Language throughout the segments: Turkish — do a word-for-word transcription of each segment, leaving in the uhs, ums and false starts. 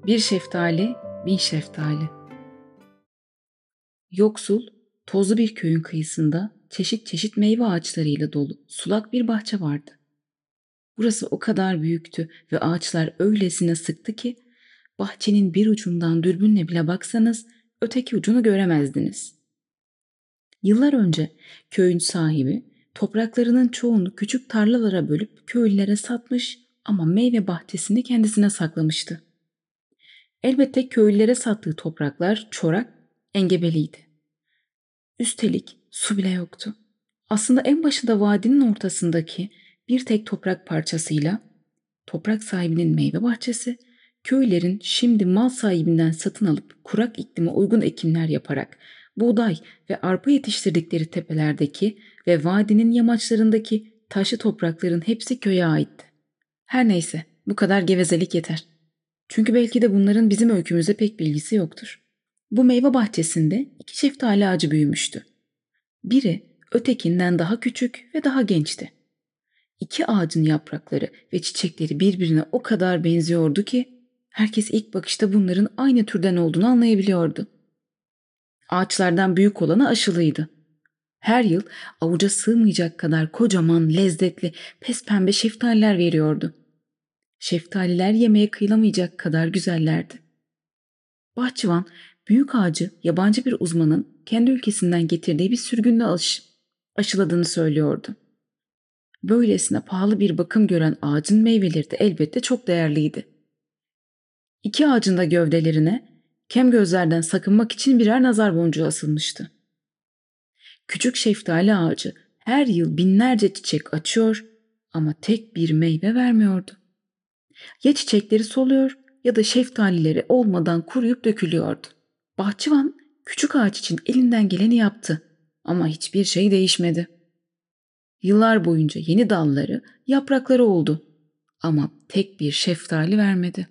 Bir şeftali, bin şeftali. Yoksul, tozlu bir köyün kıyısında çeşit çeşit meyve ağaçlarıyla dolu sulak bir bahçe vardı. Burası o kadar büyüktü ve ağaçlar öylesine sıktı ki bahçenin bir ucundan dürbünle bile baksanız öteki ucunu göremezdiniz. Yıllar önce köyün sahibi topraklarının çoğunu küçük tarlalara bölüp köylülere satmış ama meyve bahçesini kendisine saklamıştı. Elbette köylülere sattığı topraklar çorak, engebeliydi. Üstelik su bile yoktu. Aslında en başında vadinin ortasındaki bir tek toprak parçasıyla toprak sahibinin meyve bahçesi, köylerin şimdi mal sahibinden satın alıp kurak iklime uygun ekimler yaparak buğday ve arpa yetiştirdikleri tepelerdeki ve vadinin yamaçlarındaki taşlı toprakların hepsi köye aitti. Her neyse, bu kadar gevezelik yeter. Çünkü belki de bunların bizim öykümüze pek bilgisi yoktur. Bu meyve bahçesinde iki şeftali ağacı büyümüştü. Biri ötekinden daha küçük ve daha gençti. İki ağacın yaprakları ve çiçekleri birbirine o kadar benziyordu ki herkes ilk bakışta bunların aynı türden olduğunu anlayabiliyordu. Ağaçlardan büyük olanı aşılıydı. Her yıl avuca sığmayacak kadar kocaman, lezzetli, pespembe şeftaliler veriyordu. Şeftaliler yemeye kıyılamayacak kadar güzellerdi. Bahçıvan, büyük ağacı yabancı bir uzmanın kendi ülkesinden getirdiği bir sürgünle aşı, aşıladığını söylüyordu. Böylesine pahalı bir bakım gören ağacın meyveleri de elbette çok değerliydi. İki ağacın da gövdelerine kem gözlerden sakınmak için birer nazar boncuğu asılmıştı. Küçük şeftali ağacı her yıl binlerce çiçek açıyor ama tek bir meyve vermiyordu. Ya çiçekleri soluyor ya da şeftalileri olmadan kuruyup dökülüyordu. Bahçıvan küçük ağaç için elinden geleni yaptı ama hiçbir şey değişmedi. Yıllar boyunca yeni dalları, yaprakları oldu ama tek bir şeftali vermedi.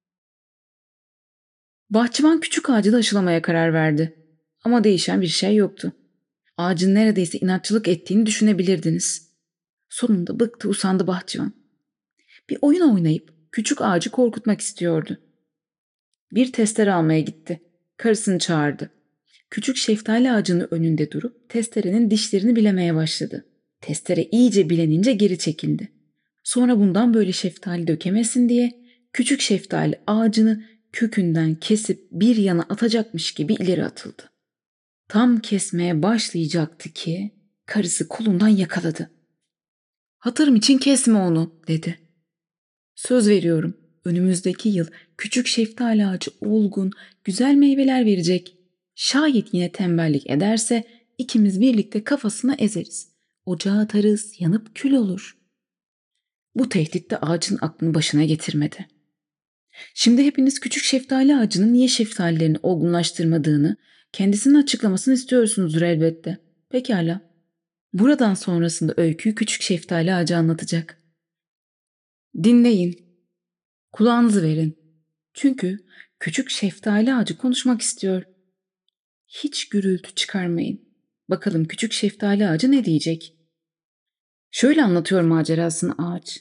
Bahçıvan küçük ağacı da aşılamaya karar verdi ama değişen bir şey yoktu. Ağacın neredeyse inatçılık ettiğini düşünebilirdiniz. Sonunda bıktı usandı bahçıvan. Bir oyun oynayıp küçük ağacı korkutmak istiyordu. Bir testere almaya gitti. Karısını çağırdı. Küçük şeftali ağacının önünde durup testerenin dişlerini bilemeye başladı. Testere iyice bilenince geri çekildi. Sonra bundan böyle şeftali dökemesin diye küçük şeftali ağacını kökünden kesip bir yana atacakmış gibi ileri atıldı. Tam kesmeye başlayacaktı ki karısı kolundan yakaladı. "Hatırım için kesme onu," dedi. "Söz veriyorum, önümüzdeki yıl küçük şeftali ağacı olgun, güzel meyveler verecek. Şayet yine tembellik ederse ikimiz birlikte kafasına ezeriz. Ocağa atarız, yanıp kül olur." Bu tehdit de ağacın aklını başına getirmedi. Şimdi hepiniz küçük şeftali ağacının niye şeftalilerini olgunlaştırmadığını, kendisinin açıklamasını istiyorsunuzdur elbette. Pekala. Buradan sonrasında öyküyü küçük şeftali ağacı anlatacak. Dinleyin. Kulağınızı verin. Çünkü küçük şeftali ağacı konuşmak istiyor. Hiç gürültü çıkarmayın. Bakalım küçük şeftali ağacı ne diyecek? Şöyle anlatıyor macerasını ağaç.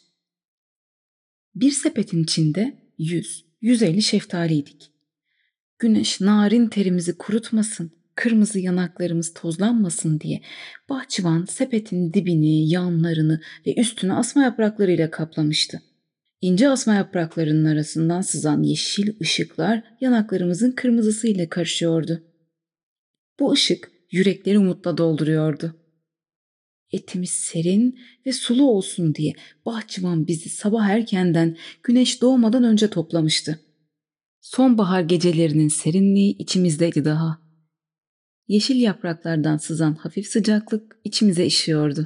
Bir sepetin içinde yüz, yüz elli şeftaliydik. Güneş narin terimizi kurutmasın, kırmızı yanaklarımız tozlanmasın diye bahçıvan sepetin dibini, yanlarını ve üstünü asma yapraklarıyla kaplamıştı. İnce asma yapraklarının arasından sızan yeşil ışıklar yanaklarımızın kırmızısıyla karışıyordu. Bu ışık yürekleri umutla dolduruyordu. Etimiz serin ve sulu olsun diye bahçıvan bizi sabah erkenden güneş doğmadan önce toplamıştı. Sonbahar gecelerinin serinliği içimizdeydi daha. Yeşil yapraklardan sızan hafif sıcaklık içimize işiyordu.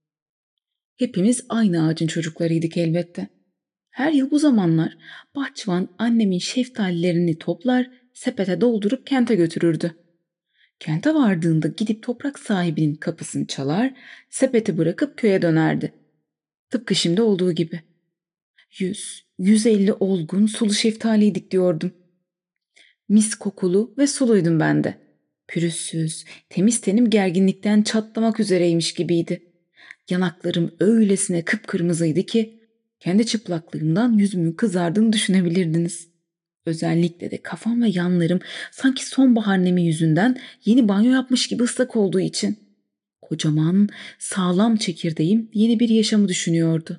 Hepimiz aynı ağacın çocuklarıydık elbette. Her yıl bu zamanlar bahçıvan annemin şeftalilerini toplar, sepete doldurup kente götürürdü. Kente vardığında gidip toprak sahibinin kapısını çalar, sepeti bırakıp köye dönerdi. Tıpkı şimdi olduğu gibi. Yüz, yüz elli olgun sulu şeftaliydik diyordum. Mis kokulu ve suluydum ben de. Pürüzsüz, temiz tenim gerginlikten çatlamak üzereymiş gibiydi. Yanaklarım öylesine kıpkırmızıydı ki kendi çıplaklığımdan yüzümün kızardığını düşünebilirdiniz. Özellikle de kafam ve yanlarım sanki sonbahar nemi yüzünden yeni banyo yapmış gibi ıslak olduğu için. Kocaman, sağlam çekirdeğim yeni bir yaşamı düşünüyordu.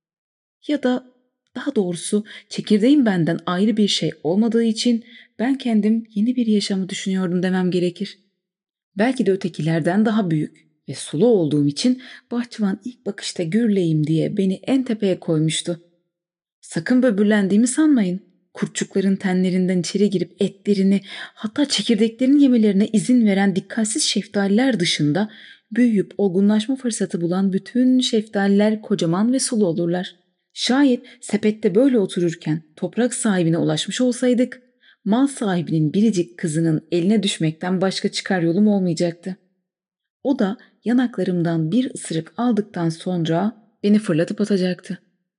Ya da daha doğrusu çekirdeğim benden ayrı bir şey olmadığı için ben kendim yeni bir yaşamı düşünüyordum demem gerekir. Belki de ötekilerden daha büyük ve sulu olduğum için bahçıvan ilk bakışta gürleyim diye beni en tepeye koymuştu. Sakın böbürlendiğimi sanmayın. Kurtçukların tenlerinden içeri girip etlerini, hatta çekirdeklerini yemelerine izin veren dikkatsiz şeftaliler dışında büyüyüp olgunlaşma fırsatı bulan bütün şeftaliler kocaman ve sulu olurlar. Şayet sepette böyle otururken toprak sahibine ulaşmış olsaydık, mal sahibinin biricik kızının eline düşmekten başka çıkar yolum olmayacaktı. O da yanaklarımdan bir ısırık aldıktan sonra beni fırlatıp atacaktı.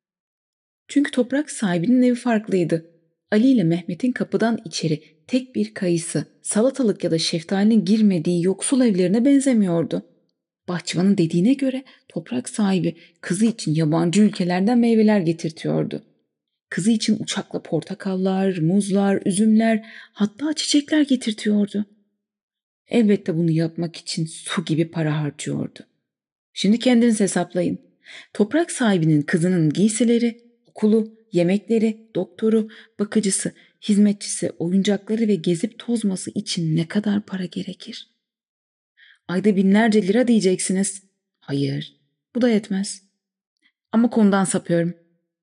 Çünkü toprak sahibinin evi farklıydı. Ali ile Mehmet'in kapıdan içeri tek bir kayısı, salatalık ya da şeftalinin girmediği yoksul evlerine benzemiyordu. Bahçıvanın dediğine göre toprak sahibi kızı için yabancı ülkelerden meyveler getirtiyordu. Kızı için uçakla portakallar, muzlar, üzümler, hatta çiçekler getirtiyordu. Elbette bunu yapmak için su gibi para harcıyordu. Şimdi kendiniz hesaplayın. Toprak sahibinin kızının giysileri, okulu, yemekleri, doktoru, bakıcısı, hizmetçisi, oyuncakları ve gezip tozması için ne kadar para gerekir? Ayda binlerce lira diyeceksiniz. Hayır, bu da yetmez. Ama konudan sapıyorum.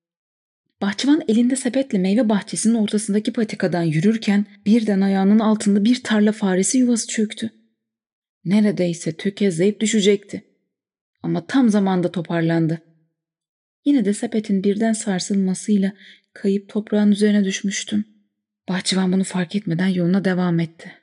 Bahçıvan elinde sepetle meyve bahçesinin ortasındaki patikadan yürürken birden ayağının altında bir tarla faresi yuvası çöktü. Neredeyse tökezleyip düşecekti. Ama tam zamanda toparlandı. Yine de sepetin birden sarsılmasıyla kayıp toprağın üzerine düşmüştüm. Bahçıvan bunu fark etmeden yoluna devam etti.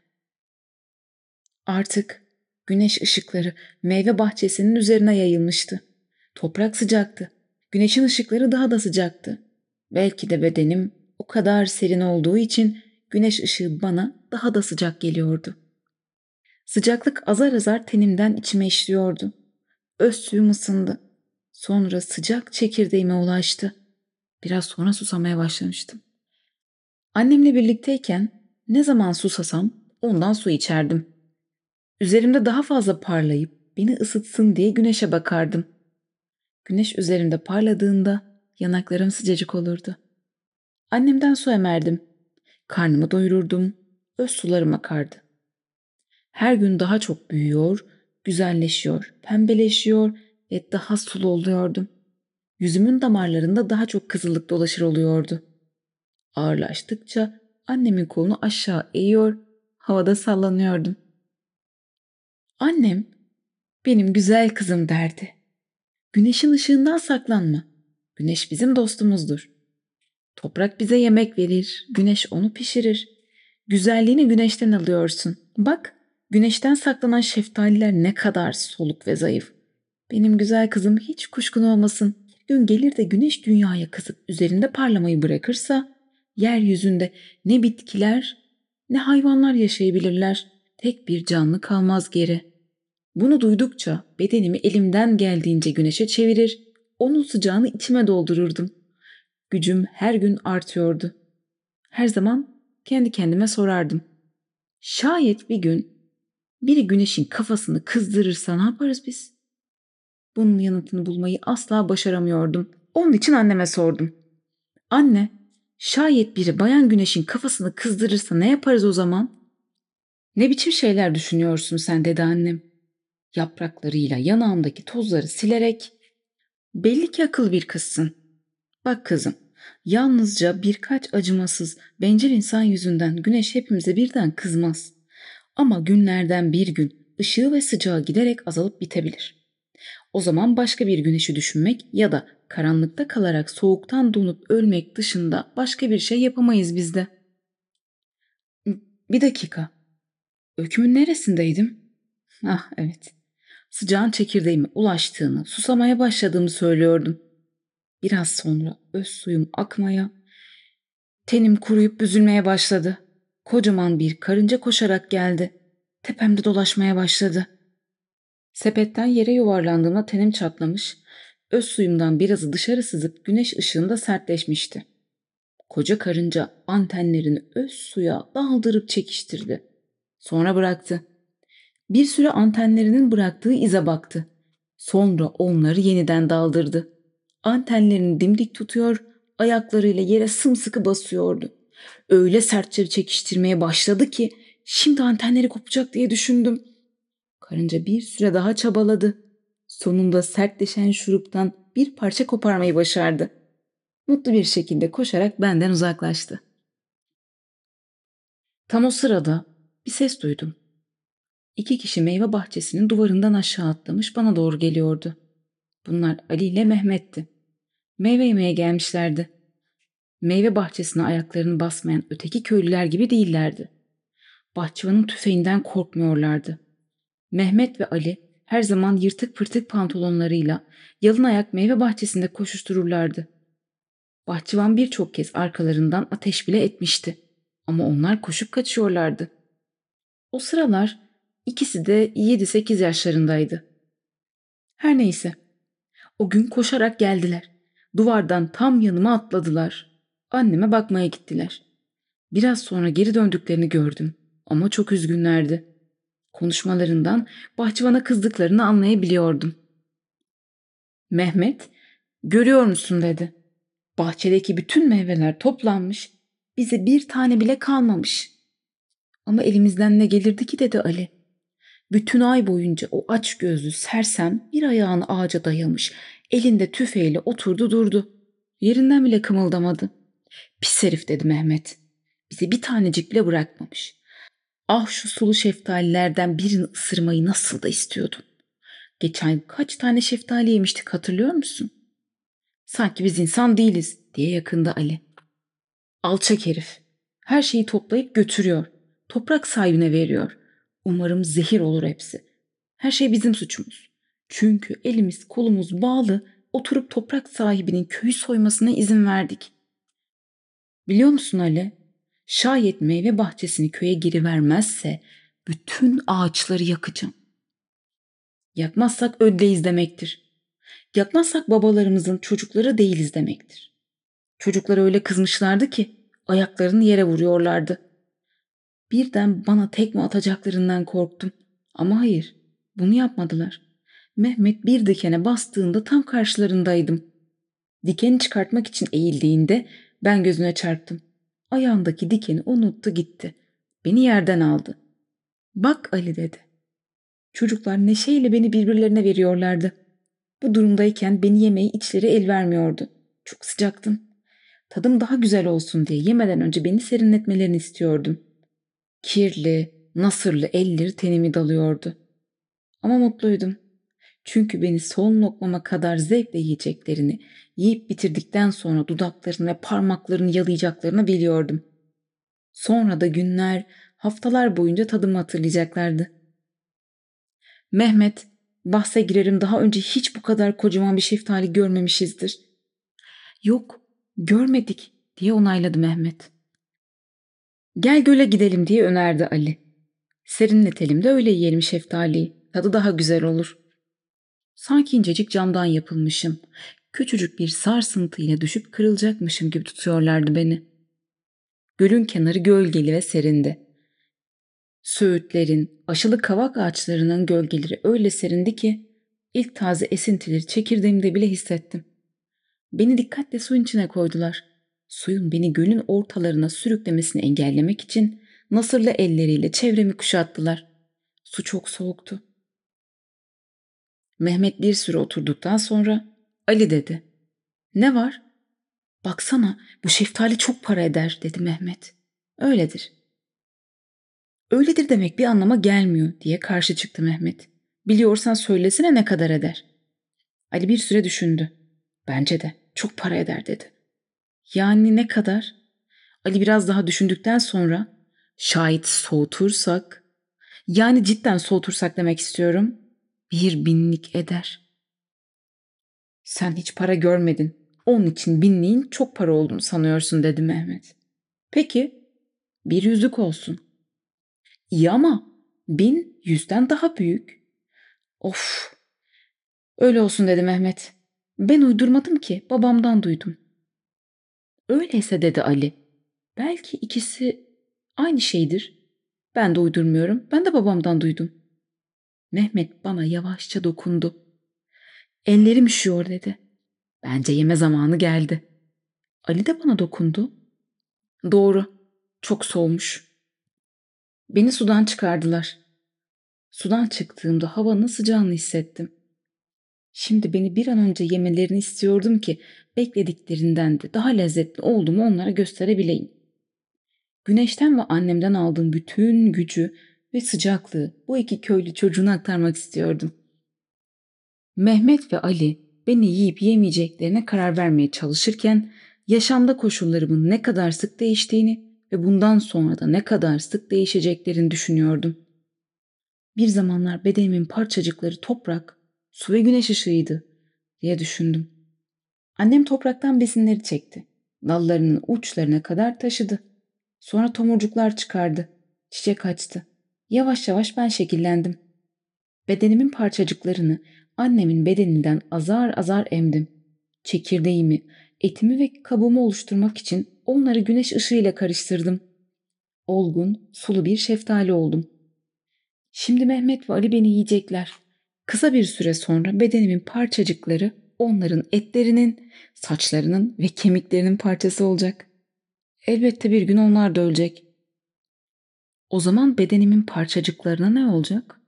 Artık güneş ışıkları meyve bahçesinin üzerine yayılmıştı. Toprak sıcaktı. Güneşin ışıkları daha da sıcaktı. Belki de bedenim o kadar serin olduğu için güneş ışığı bana daha da sıcak geliyordu. Sıcaklık azar azar tenimden içime işliyordu. Öz suyum ısındı. Sonra sıcak çekirdeğime ulaştı. Biraz sonra susamaya başlamıştım. Annemle birlikteyken ne zaman susasam ondan su içerdim. Üzerimde daha fazla parlayıp beni ısıtsın diye güneşe bakardım. Güneş üzerimde parladığında yanaklarım sıcacık olurdu. Annemden su emerdim. Karnımı doyururdum. Öz sularım akardı. Her gün daha çok büyüyor, güzelleşiyor, pembeleşiyor ve daha sulu oluyordum. Yüzümün damarlarında daha çok kızıllık dolaşır oluyordu. Ağırlaştıkça annemin kolunu aşağı eğiyor, havada sallanıyordum. Annem, benim güzel kızım derdi. Güneşin ışığından saklanma. Güneş bizim dostumuzdur. Toprak bize yemek verir, güneş onu pişirir. Güzelliğini güneşten alıyorsun. Bak, güneşten saklanan şeftaliler ne kadar soluk ve zayıf. Benim güzel kızım hiç kuşkun olmasın. Gün gelir de güneş dünyaya kızıp üzerinde parlamayı bırakırsa, yeryüzünde ne bitkiler ne hayvanlar yaşayabilirler. Tek bir canlı kalmaz geri. Bunu duydukça bedenimi elimden geldiğince güneşe çevirir, onun sıcağını içime doldururdum. Gücüm her gün artıyordu. Her zaman kendi kendime sorardım. Şayet bir gün biri güneşin kafasını kızdırırsa ne yaparız biz? Bunun yanıtını bulmayı asla başaramıyordum. Onun için anneme sordum. Anne, şayet biri bayan güneşin kafasını kızdırırsa ne yaparız o zaman? Ne biçim şeyler düşünüyorsun sen dedi annem. Yapraklarıyla yanağımdaki tozları silerek, belli ki akıllı bir kızsın. Bak kızım, yalnızca birkaç acımasız, bencil insan yüzünden güneş hepimize birden kızmaz. Ama günlerden bir gün ışığı ve sıcağı giderek azalıp bitebilir. O zaman başka bir güneşi düşünmek ya da karanlıkta kalarak soğuktan donup ölmek dışında başka bir şey yapamayız biz de. Bir dakika. Öykümün neresindeydim? Ah evet. Sıcağın çekirdeğime ulaştığını, susamaya başladığımı söylüyordum. Biraz sonra öz suyum akmaya, tenim kuruyup büzülmeye başladı. Kocaman bir karınca koşarak geldi. Tepemde dolaşmaya başladı. Sepetten yere yuvarlandığımda tenim çatlamış, öz suyumdan birazı dışarı sızıp güneş ışığında sertleşmişti. Koca karınca antenlerini öz suya daldırıp çekiştirdi. Sonra bıraktı. Bir süre antenlerinin bıraktığı ize baktı. Sonra onları yeniden daldırdı. Antenlerini dimdik tutuyor, ayaklarıyla yere sımsıkı basıyordu. Öyle sertçe çekiştirmeye başladı ki şimdi antenleri kopacak diye düşündüm. Karınca bir süre daha çabaladı. Sonunda sertleşen şuruptan bir parça koparmayı başardı. Mutlu bir şekilde koşarak benden uzaklaştı. Tam o sırada bir ses duydum. İki kişi meyve bahçesinin duvarından aşağı atlamış bana doğru geliyordu. Bunlar Ali ile Mehmet'ti. Meyve yemeye gelmişlerdi. Meyve bahçesine ayaklarını basmayan öteki köylüler gibi değillerdi. Bahçıvanın tüfeğinden korkmuyorlardı. Mehmet ve Ali her zaman yırtık pırtık pantolonlarıyla yalın ayak meyve bahçesinde koşuştururlardı. Bahçıvan birçok kez arkalarından ateş bile etmişti. Ama onlar koşup kaçıyorlardı. O sıralar ikisi de yedi sekiz yaşlarındaydı. Her neyse, o gün koşarak geldiler. Duvardan tam yanıma atladılar. Anneme bakmaya gittiler. Biraz sonra geri döndüklerini gördüm ama çok üzgünlerdi. Konuşmalarından bahçıvana kızdıklarını anlayabiliyordum. Mehmet, "Görüyor musun?" dedi. "Bahçedeki bütün meyveler toplanmış, bize bir tane bile kalmamış." "Ama elimizden ne gelirdi ki?" dedi Ali. Bütün ay boyunca o aç gözlü sersem bir ayağını ağaca dayamış, elinde tüfeğiyle oturdu durdu. Yerinden bile kımıldamadı. "Pis herif," dedi Mehmet. "Bize bir tanecik bile bırakmamış. Ah, şu sulu şeftalilerden birini ısırmayı nasıl da istiyordum. Geçen kaç tane şeftali yemiştik, hatırlıyor musun? Sanki biz insan değiliz," diye yakındı Ali. "Alçak herif. Her şeyi toplayıp götürüyor. Toprak sahibine veriyor. Umarım zehir olur hepsi. Her şey bizim suçumuz. Çünkü elimiz kolumuz bağlı oturup toprak sahibinin köyü soymasına izin verdik. Biliyor musun Ali? Şayet meyve bahçesini köye geri vermezse bütün ağaçları yakacağım. Yakmazsak ödleyiz demektir. Yakmazsak babalarımızın çocukları değiliz demektir." Çocuklar öyle kızmışlardı ki ayaklarını yere vuruyorlardı. Birden bana tekme atacaklarından korktum. Ama hayır, bunu yapmadılar. Mehmet bir dikene bastığında tam karşılarındaydım. Dikeni çıkartmak için eğildiğinde ben gözüne çarptım. Ayağındaki dikeni unuttu gitti. Beni yerden aldı. "Bak Ali," dedi. Çocuklar neşeyle beni birbirlerine veriyorlardı. Bu durumdayken beni yemeye içleri el vermiyordu. Çok sıcaktım. Tadım daha güzel olsun diye yemeden önce beni serinletmelerini istiyordum. Kirli, nasırlı elleri tenimi dalıyordu. Ama mutluydum. Çünkü beni son lokmama kadar zevkle yiyeceklerini, yiyip bitirdikten sonra dudaklarını ve parmaklarını yalayacaklarını biliyordum. Sonra da günler, haftalar boyunca tadımı hatırlayacaklardı. "Mehmet, bahse girerim, daha önce hiç bu kadar kocaman bir şeftali görmemişizdir." "Yok, görmedik," diye onayladı Mehmet. "Gel göle gidelim," diye önerdi Ali. "Serinletelim de öyle yiyelim şeftaliyi. Tadı daha güzel olur." Sanki incecik camdan yapılmışım. Küçücük bir sarsıntıyla düşüp kırılacakmışım gibi tutuyorlardı beni. Gölün kenarı gölgeli ve serindi. Söğütlerin, aşılı kavak ağaçlarının gölgeleri öyle serindi ki ilk taze esintileri çekirdeğimde bile hissettim. Beni dikkatle suyun içine koydular. Suyun beni gölün ortalarına sürüklemesini engellemek için nasırlı elleriyle çevremi kuşattılar. Su çok soğuktu. Mehmet bir süre oturduktan sonra "Ali," dedi. "Ne var?" "Baksana, bu şeftali çok para eder," dedi Mehmet. "Öyledir." "Öyledir demek bir anlama gelmiyor," diye karşı çıktı Mehmet. "Biliyorsan söylesene, ne kadar eder?" Ali bir süre düşündü. "Bence de çok para eder," dedi. "Yani ne kadar?" Ali biraz daha düşündükten sonra "Şayet soğutursak, yani cidden soğutursak demek istiyorum, bir binlik eder." "Sen hiç para görmedin. Onun için binliğin çok para olduğunu sanıyorsun," dedi Mehmet. "Peki, bir yüzlük olsun." "İyi ama bin yüzden daha büyük." "Of, öyle olsun," dedi Mehmet. "Ben uydurmadım ki, babamdan duydum." Öyleyse dedi Ali. Belki ikisi aynı şeydir. Ben de uydurmuyorum. Ben de babamdan duydum. Mehmet bana yavaşça dokundu. Ellerim üşüyor dedi. Bence yeme zamanı geldi. Ali de bana dokundu. Doğru. Çok soğumuş. Beni sudan çıkardılar. Sudan çıktığımda havanın sıcağını hissettim. Şimdi beni bir an önce yemelerini istiyordum ki beklediklerinden de daha lezzetli olduğumu onlara gösterebileyim. Güneşten ve annemden aldığım bütün gücü ve sıcaklığı bu iki köylü çocuğuna aktarmak istiyordum. Mehmet ve Ali beni yiyip yemeyeceklerine karar vermeye çalışırken yaşamda koşullarımın ne kadar sık değiştiğini ve bundan sonra da ne kadar sık değişeceklerini düşünüyordum. Bir zamanlar bedenimin parçacıkları toprak, su ve güneş ışığıydı diye düşündüm. Annem topraktan besinleri çekti. Dallarının uçlarına kadar taşıdı. Sonra tomurcuklar çıkardı. Çiçek açtı. Yavaş yavaş ben şekillendim. Bedenimin parçacıklarını annemin bedeninden azar azar emdim. Çekirdeğimi, etimi ve kabuğumu oluşturmak için onları güneş ışığıyla karıştırdım. Olgun, sulu bir şeftali oldum. Şimdi Mehmet ve Ali beni yiyecekler. Kısa bir süre sonra bedenimin parçacıkları onların etlerinin, saçlarının ve kemiklerinin parçası olacak. Elbette bir gün onlar da ölecek. O zaman bedenimin parçacıklarına ne olacak?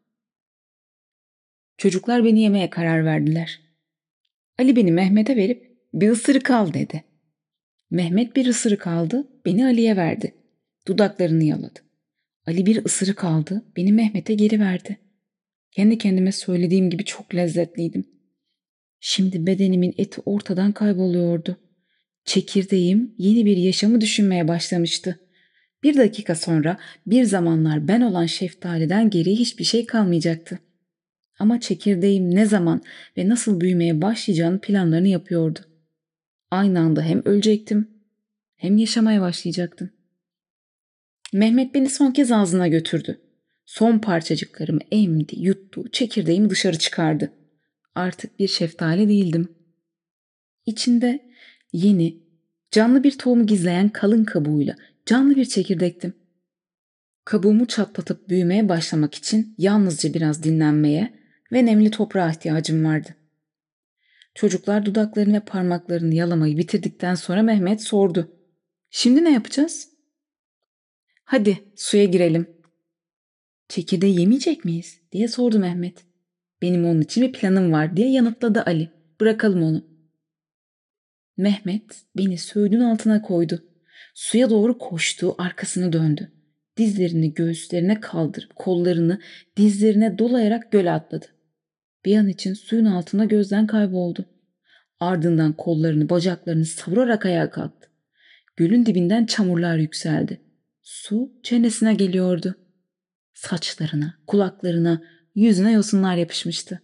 Çocuklar beni yemeye karar verdiler. Ali beni Mehmet'e verip bir ısırık al dedi. Mehmet bir ısırık aldı, beni Ali'ye verdi. Dudaklarını yaladı. Ali bir ısırık aldı, beni Mehmet'e geri verdi. Kendi kendime söylediğim gibi çok lezzetliydim. Şimdi bedenimin eti ortadan kayboluyordu. Çekirdeğim yeni bir yaşamı düşünmeye başlamıştı. Bir dakika sonra bir zamanlar ben olan şeftaliden geriye hiçbir şey kalmayacaktı. Ama çekirdeğim ne zaman ve nasıl büyümeye başlayacağını planlarını yapıyordu. Aynı anda hem ölecektim hem yaşamaya başlayacaktım. Mehmet beni son kez ağzına götürdü. Son parçacıklarımı emdi, yuttu, çekirdeğimi dışarı çıkardı. Artık bir şeftali değildim. İçinde yeni, canlı bir tohum gizleyen kalın kabuğuyla canlı bir çekirdektim. Kabuğumu çatlatıp büyümeye başlamak için yalnızca biraz dinlenmeye ve nemli toprağa ihtiyacım vardı. Çocuklar dudaklarını ve parmaklarını yalamayı bitirdikten sonra Mehmet sordu. Şimdi ne yapacağız? Hadi suya girelim. Çekirdeği yemeyecek miyiz diye sordu Mehmet. Benim onun için bir planım var diye yanıtladı Ali. Bırakalım onu. Mehmet beni söğüdün altına koydu. Suya doğru koştu, arkasını döndü. Dizlerini göğüslerine kaldırıp kollarını dizlerine dolayarak göle atladı. Bir an için suyun altında gözden kayboldu. Ardından kollarını, bacaklarını savurarak ayağa kalktı. Gölün dibinden çamurlar yükseldi. Su çenesine geliyordu. Saçlarına, kulaklarına, yüzüne yosunlar yapışmıştı.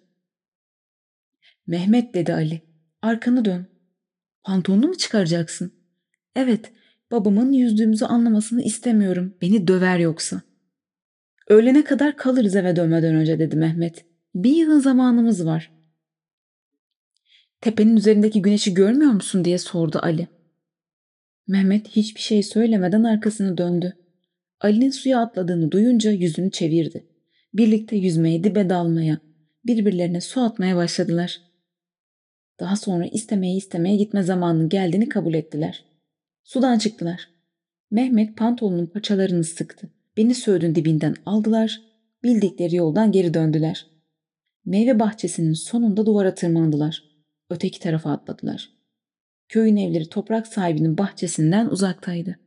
Mehmet dedi Ali, arkanı dön. Pantolonunu mu çıkaracaksın? Evet, babamın yüzdüğümüzü anlamasını istemiyorum. Beni döver yoksa. Öğlene kadar kalırız eve dönmeden önce dedi Mehmet. Bir yığın zamanımız var. Tepenin üzerindeki güneşi görmüyor musun diye sordu Ali. Mehmet hiçbir şey söylemeden arkasını döndü. Ali'nin suya atladığını duyunca yüzünü çevirdi. Birlikte yüzmeye, dibe dalmaya, birbirlerine su atmaya başladılar. Daha sonra istemeye istemeye gitme zamanının geldiğini kabul ettiler. Sudan çıktılar. Mehmet pantolonun paçalarını sıktı. Beni söğüdün dibinden aldılar, bildikleri yoldan geri döndüler. Meyve bahçesinin sonunda duvara tırmandılar. Öteki tarafa atladılar. Köyün evleri toprak sahibinin bahçesinden uzaktaydı.